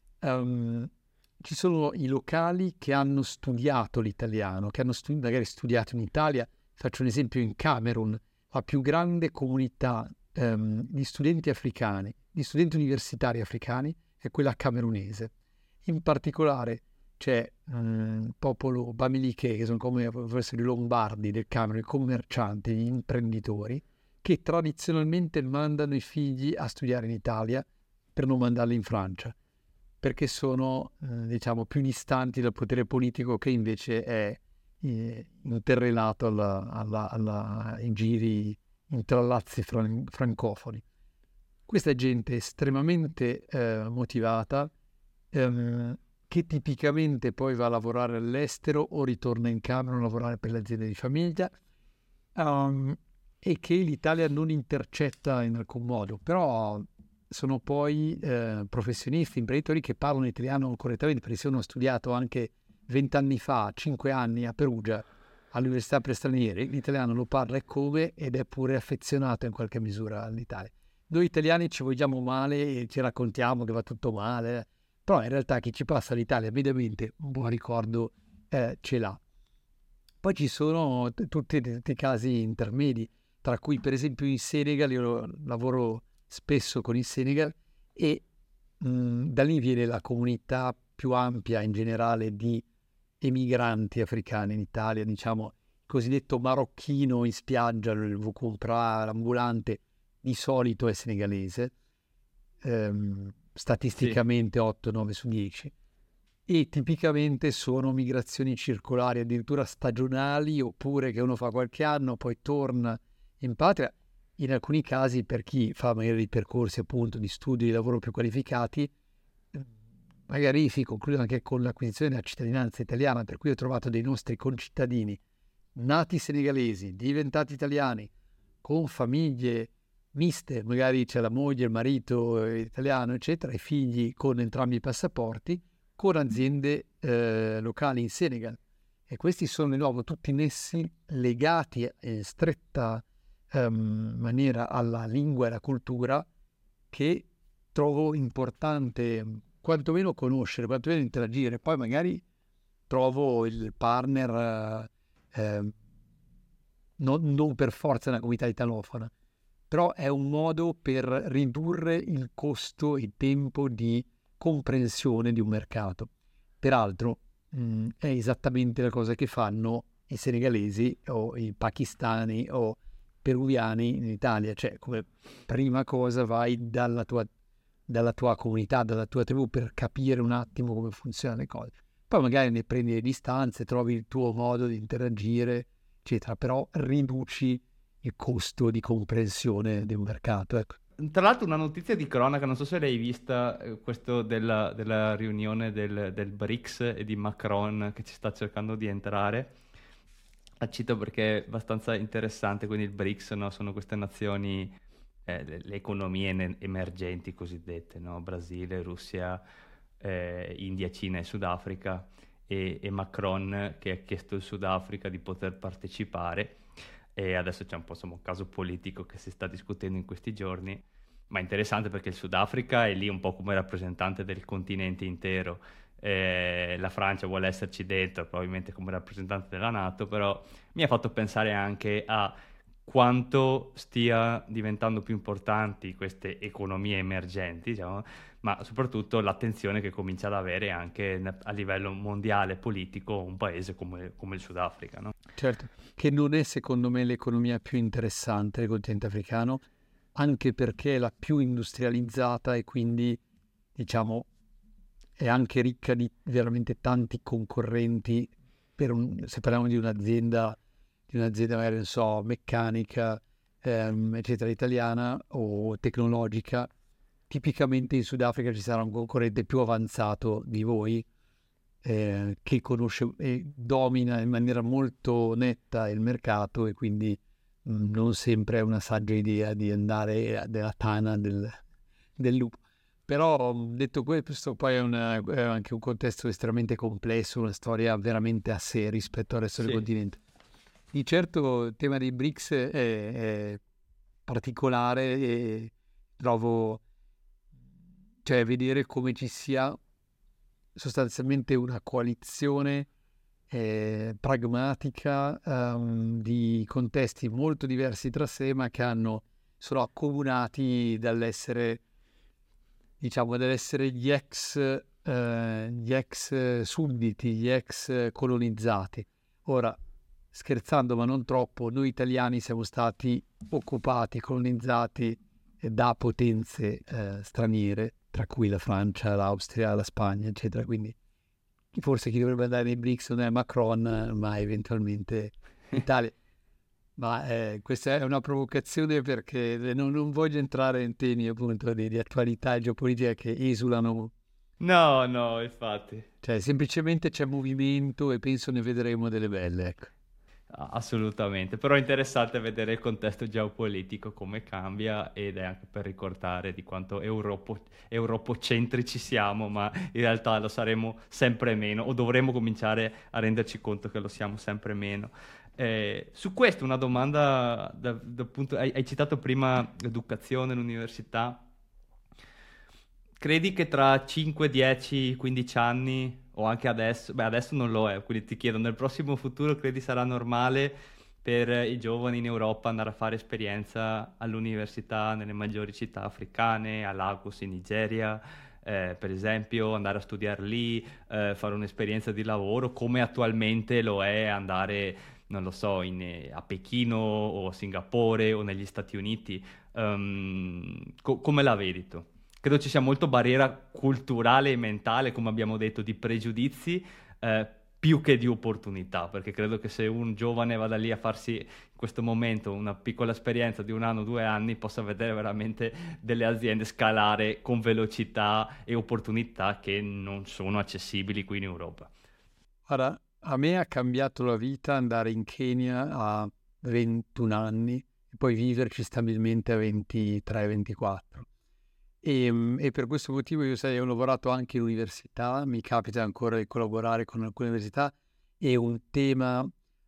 Um, Ci sono i locali che hanno studiato l'italiano, che hanno studi- magari studiato in Italia. Faccio un esempio: in Camerun, la più grande comunità ehm, di studenti africani, di studenti universitari africani, è quella camerunese. In particolare c'è um, il popolo Bamiliche, che sono come forse i lombardi del Camerun, i commercianti, gli imprenditori, che tradizionalmente mandano i figli a studiare in Italia per non mandarli in Francia, perché sono, eh, diciamo, più distanti dal potere politico, che invece è eh, interrelato alla, alla, alla, ai giri intrallazzi fran- francofoni. Questa è gente estremamente eh, motivata, ehm, che tipicamente poi va a lavorare all'estero o ritorna in Camerun a lavorare per le aziende di famiglia, um, e che l'Italia non intercetta in alcun modo, però sono poi eh, professionisti, imprenditori che parlano italiano correttamente, perché se uno ha studiato anche vent'anni fa, cinque anni a Perugia, all'Università per Stranieri, l'italiano lo parla e come, ed è pure affezionato in qualche misura all'Italia. Noi italiani ci vogliamo male e ci raccontiamo che va tutto male, però in realtà chi ci passa all'Italia mediamente un buon ricordo eh, ce l'ha. Poi ci sono t- tutti i casi intermedi, tra cui per esempio in Senegal, io lavoro spesso con il Senegal, e mh, da lì viene la comunità più ampia in generale di emigranti africani in Italia, diciamo il cosiddetto marocchino in spiaggia, il vukumpra, l'ambulante, di solito è senegalese, ehm, statisticamente sì. otto nove su dieci, e tipicamente sono migrazioni circolari, addirittura stagionali, oppure che uno fa qualche anno, poi torna in patria. in alcuni casi per chi fa magari dei percorsi appunto di studio di lavoro più qualificati, magari si conclude anche con l'acquisizione della cittadinanza italiana, per cui ho trovato dei nostri concittadini nati senegalesi, diventati italiani, con famiglie miste, magari c'è la moglie, il marito italiano, eccetera, i figli con entrambi i passaporti, con aziende eh, locali in Senegal. E questi sono di nuovo tutti nessi legati in stretta um, maniera alla lingua e alla cultura, che trovo importante quantomeno conoscere, quantomeno interagire. Poi magari trovo il partner eh, eh, non, non per forza una comunità italofona, però è un modo per ridurre il costo e il tempo di comprensione di un mercato. Peraltro mh, è esattamente la cosa che fanno i senegalesi o i pakistani o peruviani in Italia, cioè come prima cosa vai dalla tua, dalla tua comunità, dalla tua tribù, per capire un attimo come funzionano le cose. Poi magari ne prendi le distanze, trovi il tuo modo di interagire, eccetera, però riduci il costo di comprensione di un mercato, ecco. Tra l'altro una notizia di cronaca, non so se l'hai vista, eh, questo della, della riunione del, del BRICS e di Macron che ci sta cercando di entrare. La cito perché è abbastanza interessante. Quindi il BRICS, no, sono queste nazioni, eh, le, le economie ne- emergenti cosiddette, no? Brasile, Russia, eh, India, Cina e Sudafrica, e, e Macron che ha chiesto al Sudafrica di poter partecipare. E adesso c'è un po', insomma, un caso politico che si sta discutendo in questi giorni, ma è interessante perché il Sudafrica è lì un po' come rappresentante del continente intero. Eh, la Francia vuole esserci dentro, probabilmente come rappresentante della NATO, però mi ha fatto pensare anche a quanto stia diventando più importanti queste economie emergenti, diciamo, ma soprattutto l'attenzione che comincia ad avere anche a livello mondiale politico un paese come, come il Sudafrica, no? Certo, che non è secondo me l'economia più interessante del continente africano, anche perché è la più industrializzata e quindi, diciamo, è anche ricca di veramente tanti concorrenti. Per un, se parliamo di un'azienda, di un'azienda magari, non so, meccanica, ehm, eccetera, italiana o tecnologica, tipicamente in Sudafrica ci sarà un concorrente più avanzato di voi, eh, che conosce e domina in maniera molto netta il mercato, e quindi mh, non sempre è una saggia idea di andare nella tana del, del lupo. Però detto questo, poi è, una, è anche un contesto estremamente complesso, una storia veramente a sé rispetto al resto Sì. del continente. Di certo il tema dei BRICS è, è particolare, e trovo, cioè, vedere come ci sia sostanzialmente una coalizione eh, pragmatica um, di contesti molto diversi tra sé, ma che hanno, sono accomunati dall'essere, diciamo, dall'essere gli ex, eh, gli ex sudditi, gli ex colonizzati. Ora, scherzando ma non troppo, noi italiani siamo stati occupati, colonizzati da potenze eh, straniere, tra cui la Francia, l'Austria, la Spagna, eccetera. Quindi forse chi dovrebbe andare nei BRICS non è Macron, ma eventualmente l'Italia. Ma eh, questa è una provocazione, perché non, non voglio entrare in temi appunto di, di attualità e geopolitica che esulano. No, no, infatti. Cioè, semplicemente c'è movimento e penso ne vedremo delle belle, ecco. Assolutamente, però è interessante vedere il contesto geopolitico come cambia, ed è anche per ricordare di quanto europo- europocentrici siamo, ma in realtà lo saremo sempre meno, o dovremmo cominciare a renderci conto che lo siamo sempre meno. Eh, su questo una domanda, da, da punto, hai, hai citato prima l'educazione, l'università. Credi che tra cinque, dieci, quindici anni, o anche adesso, beh adesso non lo è, quindi ti chiedo, nel prossimo futuro credi sarà normale per i giovani in Europa andare a fare esperienza all'università nelle maggiori città africane, a Lagos in Nigeria, eh, per esempio, andare a studiare lì, eh, fare un'esperienza di lavoro, come attualmente lo è andare, non lo so, in, a Pechino o a Singapore o negli Stati Uniti? Um, co- come la vedi tu? Credo ci sia molto barriera culturale e mentale, come abbiamo detto, di pregiudizi, eh, più che di opportunità, perché credo che se un giovane vada lì a farsi in questo momento una piccola esperienza di un anno, due anni, possa vedere veramente delle aziende scalare con velocità e opportunità che non sono accessibili qui in Europa. Guarda, a me ha cambiato la vita andare in Kenya a ventuno anni e poi viverci stabilmente a ventitré ventiquattro. E, e per questo motivo io sai, ho lavorato anche in università, mi capita ancora di collaborare con alcune università, e un tema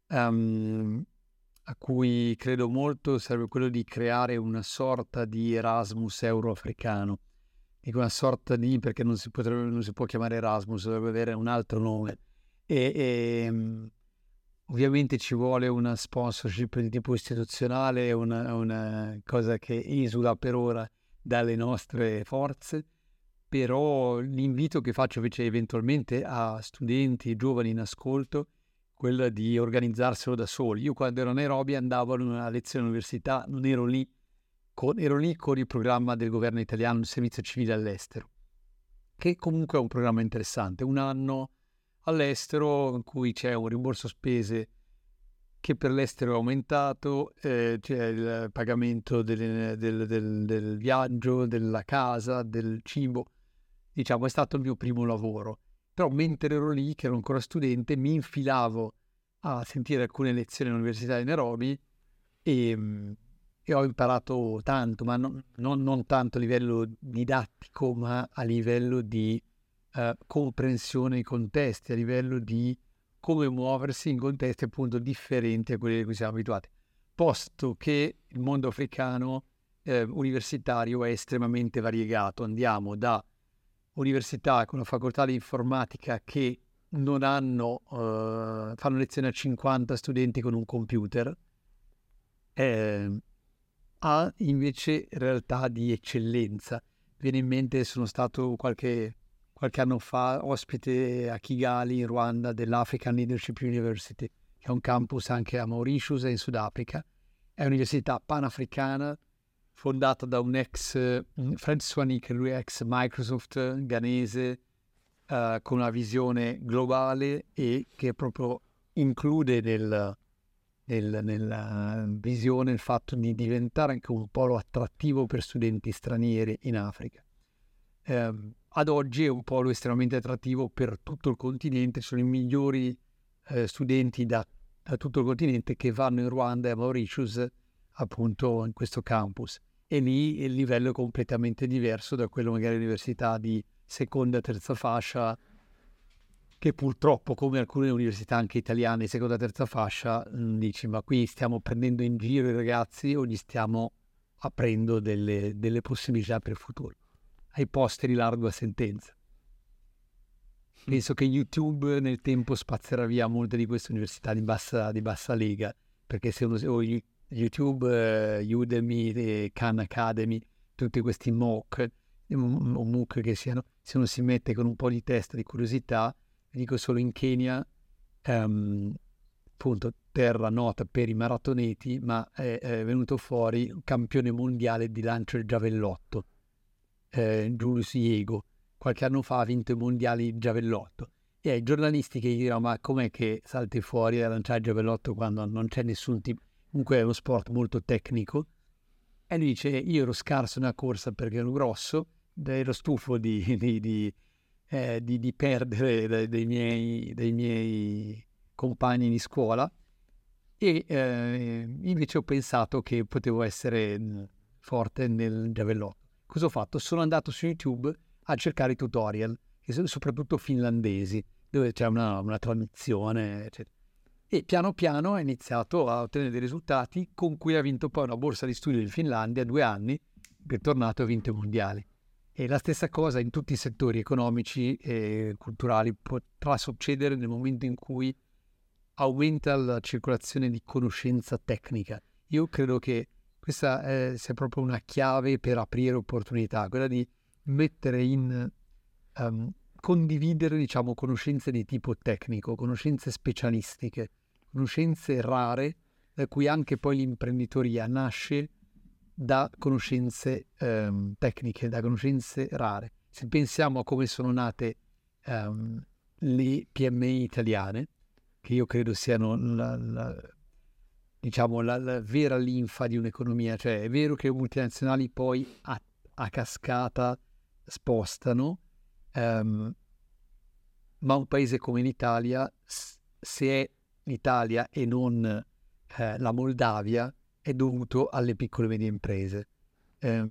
um, a cui credo molto sarebbe quello di creare una sorta di Erasmus euroafricano. Dico una sorta di, perché non si, potrebbe, non si può chiamare Erasmus, dovrebbe avere un altro nome. E, e um, ovviamente ci vuole una sponsorship di tipo istituzionale, una, una cosa che esula per ora dalle nostre forze, però l'invito che faccio invece eventualmente a studenti e giovani in ascolto, quello di organizzarselo da soli. Io quando ero a Nairobi andavo a una lezione all'università, non ero lì, con, ero lì con il programma del governo italiano, il servizio civile all'estero, che comunque è un programma interessante, un anno all'estero in cui c'è un rimborso spese che per l'estero è aumentato, eh, c'è il pagamento del, del, del, del viaggio, della casa, del cibo. Diciamo, è stato il mio primo lavoro. Però mentre ero lì, che ero ancora studente, mi infilavo a sentire alcune lezioni all'Università di Nairobi e, e ho imparato tanto, ma non, non, non tanto a livello didattico, ma a livello di eh, comprensione dei contesti, a livello di come muoversi in contesti appunto differenti a quelli a cui siamo abituati, posto che il mondo africano eh, universitario è estremamente variegato. Andiamo da università con la facoltà di informatica che non hanno, eh, fanno lezione a cinquanta studenti con un computer, eh, a invece realtà di eccellenza. Viene in mente, sono stato qualche... qualche anno fa ospite a Kigali, in Ruanda, dell'African Leadership University, che è un campus anche a Mauritius e in Sudafrica. È un'università panafricana fondata da un ex um, Fred Swanik, lui è ex Microsoft ghanese, uh, con una visione globale e che proprio include nel, nel, nella visione il fatto di diventare anche un polo attrattivo per studenti stranieri in Africa. Um, ad oggi è un polo estremamente attrattivo per tutto il continente, sono i migliori eh, studenti da, da tutto il continente che vanno in Ruanda e a Mauritius appunto in questo campus, e lì il livello è completamente diverso da quello magari all'università di seconda e terza fascia, che purtroppo come alcune università anche italiane di seconda e terza fascia mh, dici ma qui stiamo prendendo in giro i ragazzi o gli stiamo aprendo delle, delle possibilità per il futuro. Ai posteri largo a sentenza. Penso che YouTube nel tempo spazzerà via molte di queste università di bassa, di bassa lega, perché se uno o YouTube, uh, Udemy, eh, Khan Academy, tutti questi MOOC o MOOC che siano, se uno si mette con un po' di testa, di curiosità, dico solo in Kenya, um, appunto terra nota per i maratoneti, ma è, è venuto fuori un campione mondiale di lancio del giavellotto. Eh, Julius Yego qualche anno fa ha vinto i mondiali in giavellotto, e ai giornalisti che gli dicono ma com'è che salti fuori a lanciare il giavellotto quando non c'è nessun tipo, comunque è uno sport molto tecnico, e lui dice io ero scarso nella corsa perché ero grosso, ero stufo di, di, di, eh, di, di perdere dei, dei, miei, dei miei compagni di scuola, e eh, invece ho pensato che potevo essere forte nel giavellotto. Cosa ho fatto? Sono andato su YouTube a cercare i tutorial, che sono soprattutto finlandesi, dove c'è una, una traduzione, eccetera. E piano piano ha iniziato a ottenere dei risultati, con cui ha vinto poi una borsa di studio in Finlandia, due anni, è tornato e ha vinto i mondiali. E la stessa cosa in tutti i settori economici e culturali potrà succedere nel momento in cui aumenta la circolazione di conoscenza tecnica. Io credo che questa è, sia proprio una chiave per aprire opportunità, quella di mettere in, um, condividere diciamo conoscenze di tipo tecnico, conoscenze specialistiche, conoscenze rare, da cui anche poi l'imprenditoria nasce da conoscenze um, tecniche, da conoscenze rare. Se pensiamo a come sono nate um, le P M I italiane, che io credo siano la, la, diciamo, la, la vera linfa di un'economia. Cioè è vero che le multinazionali poi a, a cascata spostano, um, ma un paese come l'Italia, se è l'Italia e non eh, la Moldavia, è dovuto alle piccole e medie imprese. Eh,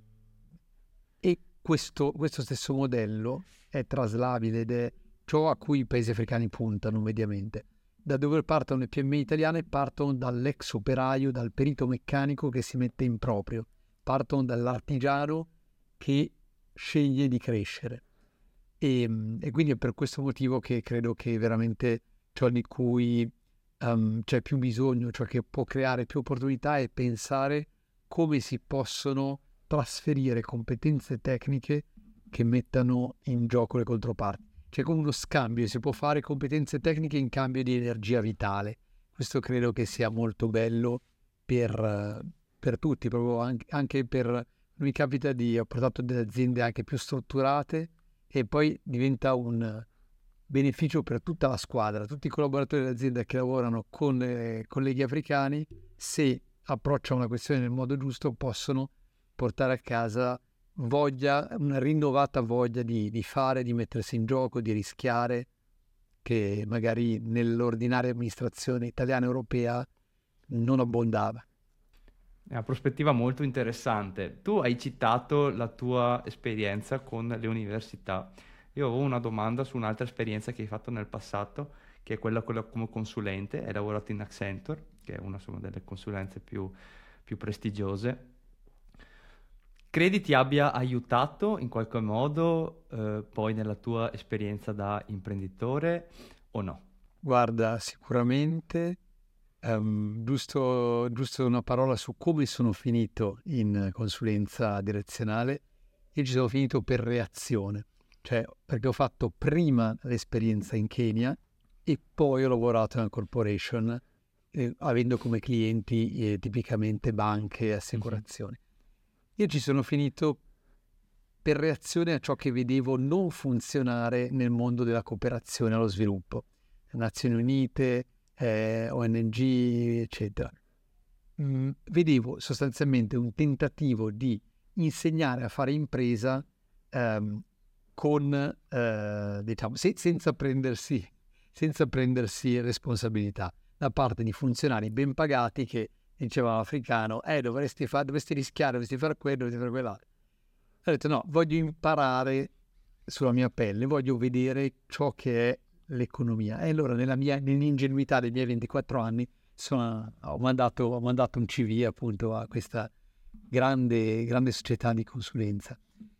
e questo, questo stesso modello è traslabile ed è ciò a cui i paesi africani puntano mediamente. Da dove partono le P M I italiane? Partono dall'ex operaio, dal perito meccanico che si mette in proprio, partono dall'artigiano che sceglie di crescere. E, e quindi è per questo motivo che credo che veramente ciò di cui um, c'è più bisogno, ciò che può creare più opportunità, è pensare come si possono trasferire competenze tecniche che mettano in gioco le controparti. C'è come uno scambio, si può fare competenze tecniche in cambio di energia vitale. Questo credo che sia molto bello per, per tutti, proprio anche, anche per... Mi capita di... ho portato delle aziende anche più strutturate e poi diventa un beneficio per tutta la squadra, tutti i collaboratori dell'azienda che lavorano con eh, colleghi africani, se approcciano una questione nel modo giusto, possono portare a casa voglia, una rinnovata voglia di, di fare, di mettersi in gioco, di rischiare, che magari nell'ordinaria amministrazione italiana e europea non abbondava. È una prospettiva molto interessante. Tu hai citato la tua esperienza con le università. Io avevo una domanda su un'altra esperienza che hai fatto nel passato, che è quella, quella come consulente. Hai lavorato in Accenture, che è una insomma, delle consulenze più, più prestigiose. Credi ti abbia aiutato in qualche modo eh, poi nella tua esperienza da imprenditore o no? Guarda, sicuramente, um, giusto, giusto una parola su come sono finito in consulenza direzionale. Io ci sono finito per reazione, cioè perché ho fatto prima l'esperienza in Kenya e poi ho lavorato in una corporation eh, avendo come clienti eh, tipicamente banche e assicurazioni. Mm-hmm. Io ci sono finito per reazione a ciò che vedevo non funzionare nel mondo della cooperazione allo sviluppo. Nazioni Unite, eh, O N G, eccetera. Mm, vedevo sostanzialmente un tentativo di insegnare a fare impresa ehm, con, eh, diciamo, se, senza prendersi, senza prendersi responsabilità da parte di funzionari ben pagati che diceva l'africano, eh, dovresti, far, dovresti rischiare, dovresti fare quello, dovresti fare quell'altro. Ho detto no, voglio imparare sulla mia pelle, voglio vedere ciò che è l'economia. E allora nella mia, nell'ingenuità dei miei ventiquattro anni sono, ho, mandato, ho mandato un C V appunto a questa grande, grande società di consulenza.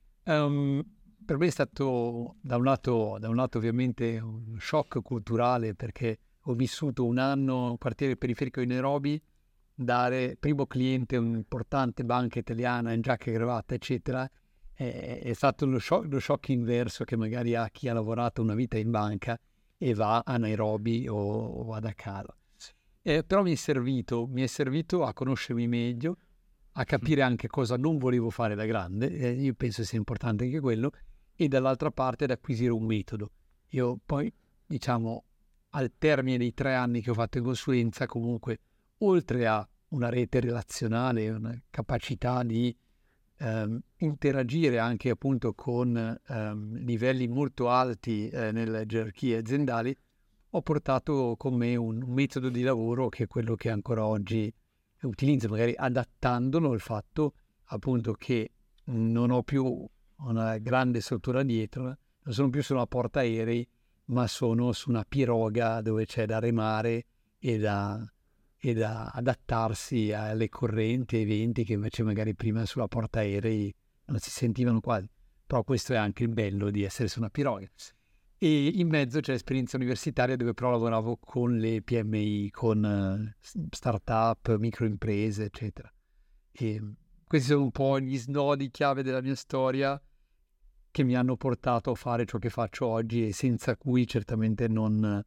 Um, per me è stato da un lato, da un lato ovviamente un shock culturale, perché ho vissuto un anno in un quartiere periferico di Nairobi, dare primo cliente un'importante banca italiana in giacca e cravatta eccetera. È, è stato lo shock, lo shock inverso che magari ha chi ha lavorato una vita in banca e va a Nairobi o, o a Dakar. Eh, però mi è servito, mi è servito a conoscermi meglio, a capire anche cosa non volevo fare da grande, eh, io penso sia importante anche quello, e dall'altra parte ad acquisire un metodo. Io poi, diciamo, al termine dei tre anni che ho fatto in consulenza, comunque, oltre a una rete relazionale, una capacità di ehm, interagire anche appunto con ehm, livelli molto alti eh, nelle gerarchie aziendali, ho portato con me un, un metodo di lavoro che è quello che ancora oggi utilizzo, magari adattandolo al fatto appunto che non ho più una grande struttura dietro, non sono più su una portaerei, ma sono su una piroga dove c'è da remare e da, e da adattarsi alle correnti, ai venti che invece magari prima sulla portaerei non si sentivano quasi. Però questo è anche il bello di essere su una piroga. E in mezzo c'è l'esperienza universitaria dove però lavoravo con le P M I, con uh, start-up, microimprese, eccetera. E questi sono un po' gli snodi chiave della mia storia che mi hanno portato a fare ciò che faccio oggi e senza cui certamente non,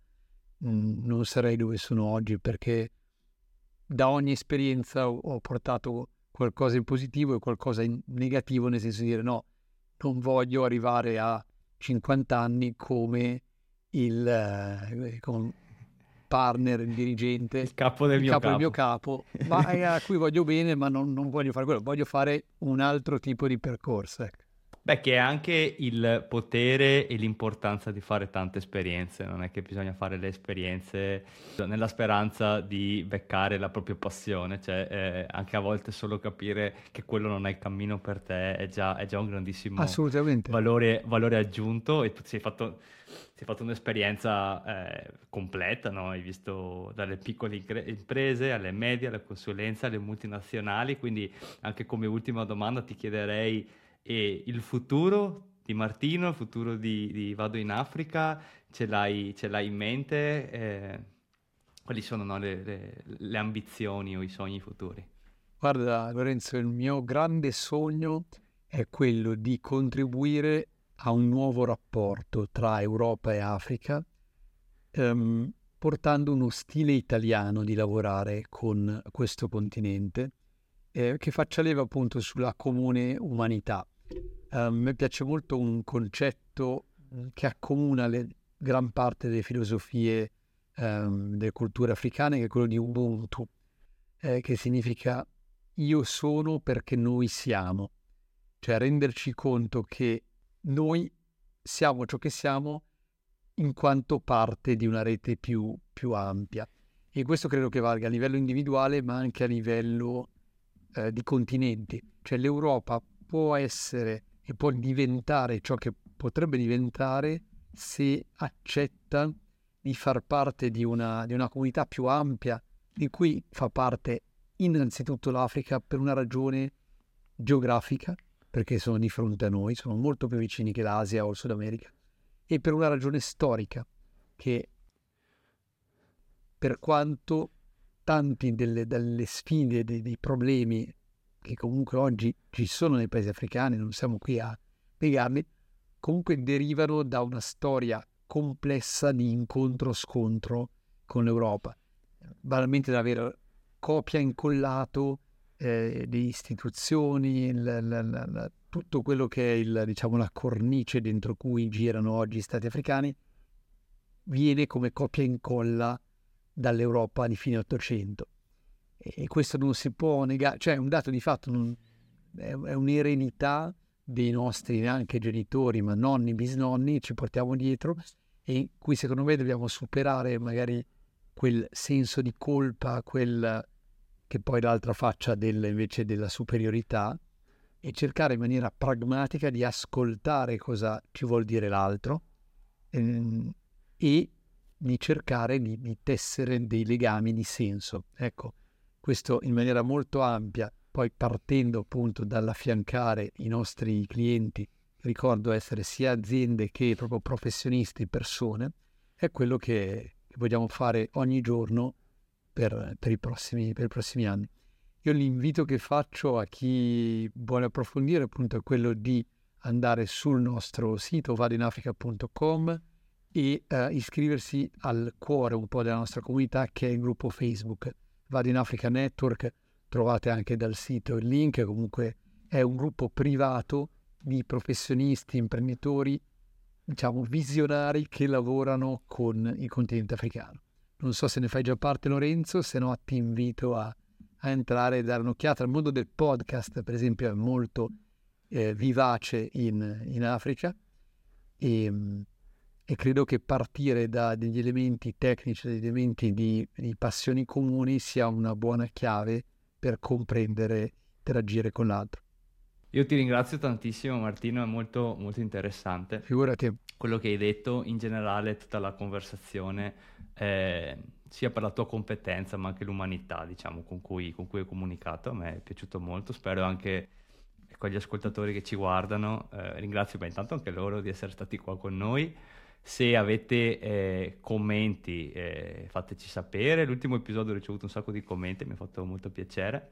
non sarei dove sono oggi, perché da ogni esperienza ho, ho portato qualcosa in positivo e qualcosa in negativo, nel senso di dire no, non voglio arrivare a cinquanta anni come il eh, con partner, il dirigente, Il capo del il mio capo del capo. mio capo, ma eh, a cui voglio bene, ma non, non voglio fare quello, voglio fare un altro tipo di percorso. Ecco. Beh, che è anche il potere e l'importanza di fare tante esperienze, non è che bisogna fare le esperienze nella speranza di beccare la propria passione, cioè eh, anche a volte solo capire che quello non è il cammino per te è già, è già un grandissimo Assolutamente. valore, valore aggiunto e tu ti sei fatto, ti hai fatto un'esperienza eh, completa, no? Hai visto dalle piccole incre- imprese alle medie, alle consulenze, alle multinazionali, quindi anche come ultima domanda ti chiederei e il futuro di Martino, il futuro di, di Vado in Africa, ce l'hai, ce l'hai in mente? Eh, quali sono, no, le, le- le ambizioni o i sogni futuri? Guarda, Lorenzo, il mio grande sogno è quello di contribuire a un nuovo rapporto tra Europa e Africa, ehm, portando uno stile italiano di lavorare con questo continente, eh, che faccia leva appunto sulla comune umanità. Eh, a me piace molto un concetto mh, che accomuna le, gran parte delle filosofie, ehm, delle culture africane, che è quello di Ubuntu, eh, che significa io sono perché noi siamo, cioè renderci conto che noi siamo ciò che siamo in quanto parte di una rete più, più ampia. E questo credo che valga a livello individuale, ma anche a livello eh, di continenti. Cioè l'Europa può essere e può diventare ciò che potrebbe diventare se accetta di far parte di una, di una comunità più ampia, di cui fa parte innanzitutto l'Africa per una ragione geografica, perché sono di fronte a noi, sono molto più vicini che l'Asia o il Sud America, e per una ragione storica, che per quanto tanti delle, delle sfide, dei, dei problemi che comunque oggi ci sono nei paesi africani, non siamo qui a spiegarli, comunque derivano da una storia complessa di incontro-scontro con l'Europa. Banalmente da avere copia incollato eh, di istituzioni, la, la, la, la, tutto quello che è il, diciamo, la cornice dentro cui girano oggi gli stati africani, viene come copia e incolla dall'Europa di fine Ottocento. E questo non si può negare, cioè è un dato di fatto, non, è, è un'eredità dei nostri anche genitori, ma nonni, bisnonni, ci portiamo dietro, e in cui secondo me dobbiamo superare magari quel senso di colpa, quel che poi l'altra faccia del, invece della superiorità, e cercare in maniera pragmatica di ascoltare cosa ci vuol dire l'altro ehm, e di cercare di, di tessere dei legami di senso. Ecco, questo in maniera molto ampia, poi partendo appunto dall'affiancare i nostri clienti, ricordo essere sia aziende che proprio professionisti, persone, è quello che, che vogliamo fare ogni giorno per, per, i prossimi, per i prossimi anni. Io l'invito che faccio a chi vuole approfondire appunto è quello di andare sul nostro sito vado in africa punto com e uh, iscriversi al cuore un po' della nostra comunità, che è il gruppo Facebook Vado in Africa Network. Trovate anche dal sito il link. Comunque è un gruppo privato di professionisti, imprenditori, diciamo visionari, che lavorano con il continente africano. Non so se ne fai già parte, Lorenzo, se no ti invito a, a entrare e dare un'occhiata. Il mondo del podcast, per esempio, è molto eh, vivace in, in Africa, e, e credo che partire da degli elementi tecnici, degli elementi di, di passioni comuni sia una buona chiave per comprendere e interagire con l'altro. Io ti ringrazio tantissimo Martino, è molto, molto interessante. Figurati. Quello che hai detto, in generale tutta la conversazione, eh, sia per la tua competenza ma anche l'umanità, diciamo, con cui, con cui hai comunicato, a me è piaciuto molto, spero anche con gli ascoltatori che ci guardano, eh, ringrazio beh, intanto anche loro di essere stati qua con noi. Se avete eh, commenti eh, fateci sapere, l'ultimo episodio ho ricevuto un sacco di commenti, mi ha fatto molto piacere.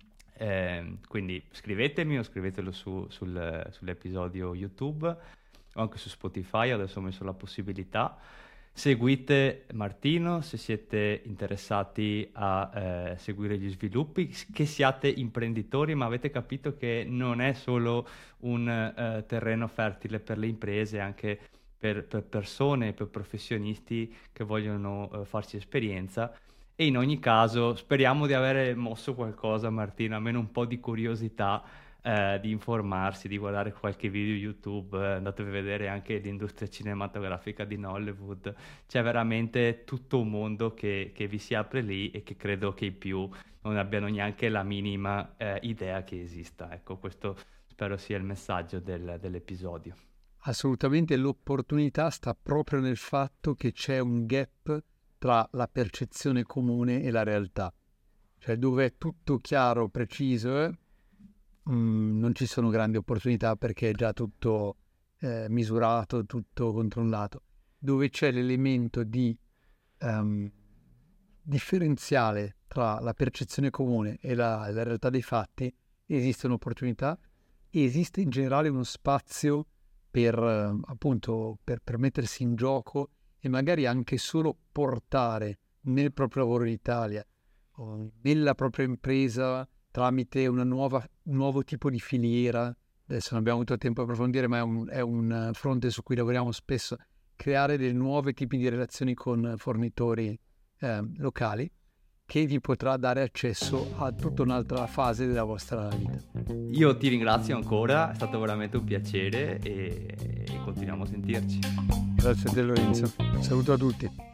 Eh, quindi scrivetemi o scrivetelo su, sul, sull'episodio YouTube o anche su Spotify, adesso ho messo la possibilità. Seguite Martino se siete interessati a eh, seguire gli sviluppi, che siate imprenditori ma avete capito che non è solo un eh, terreno fertile per le imprese, anche per, per persone, per professionisti che vogliono uh, farci esperienza. E in ogni caso speriamo di avere mosso qualcosa, Martino, almeno un po' di curiosità, eh, di informarsi, di guardare qualche video YouTube, eh, andatevi a vedere anche l'industria cinematografica di Nollywood. C'è veramente tutto un mondo che, che vi si apre lì e che credo che i più non abbiano neanche la minima eh, idea che esista. Ecco, questo spero sia il messaggio del, dell'episodio. Assolutamente, l'opportunità sta proprio nel fatto che c'è un gap tra la percezione comune e la realtà, cioè dove è tutto chiaro, preciso, eh, mh, non ci sono grandi opportunità perché è già tutto eh, misurato, tutto controllato. Dove c'è l'elemento di um, differenziale tra la percezione comune e la, la realtà dei fatti, esistono opportunità e esiste in generale uno spazio per eh, appunto per, per mettersi in gioco e magari anche solo portare nel proprio lavoro in Italia o nella propria impresa tramite una nuova, un nuovo tipo di filiera. Adesso non abbiamo avuto tempo di approfondire, ma è un, è un fronte su cui lavoriamo spesso, creare dei nuovi tipi di relazioni con fornitori eh, locali, che vi potrà dare accesso a tutta un'altra fase della vostra vita. Io ti ringrazio ancora, è stato veramente un piacere e, e continuiamo a sentirci. Grazie a te Lorenzo, saluto a tutti.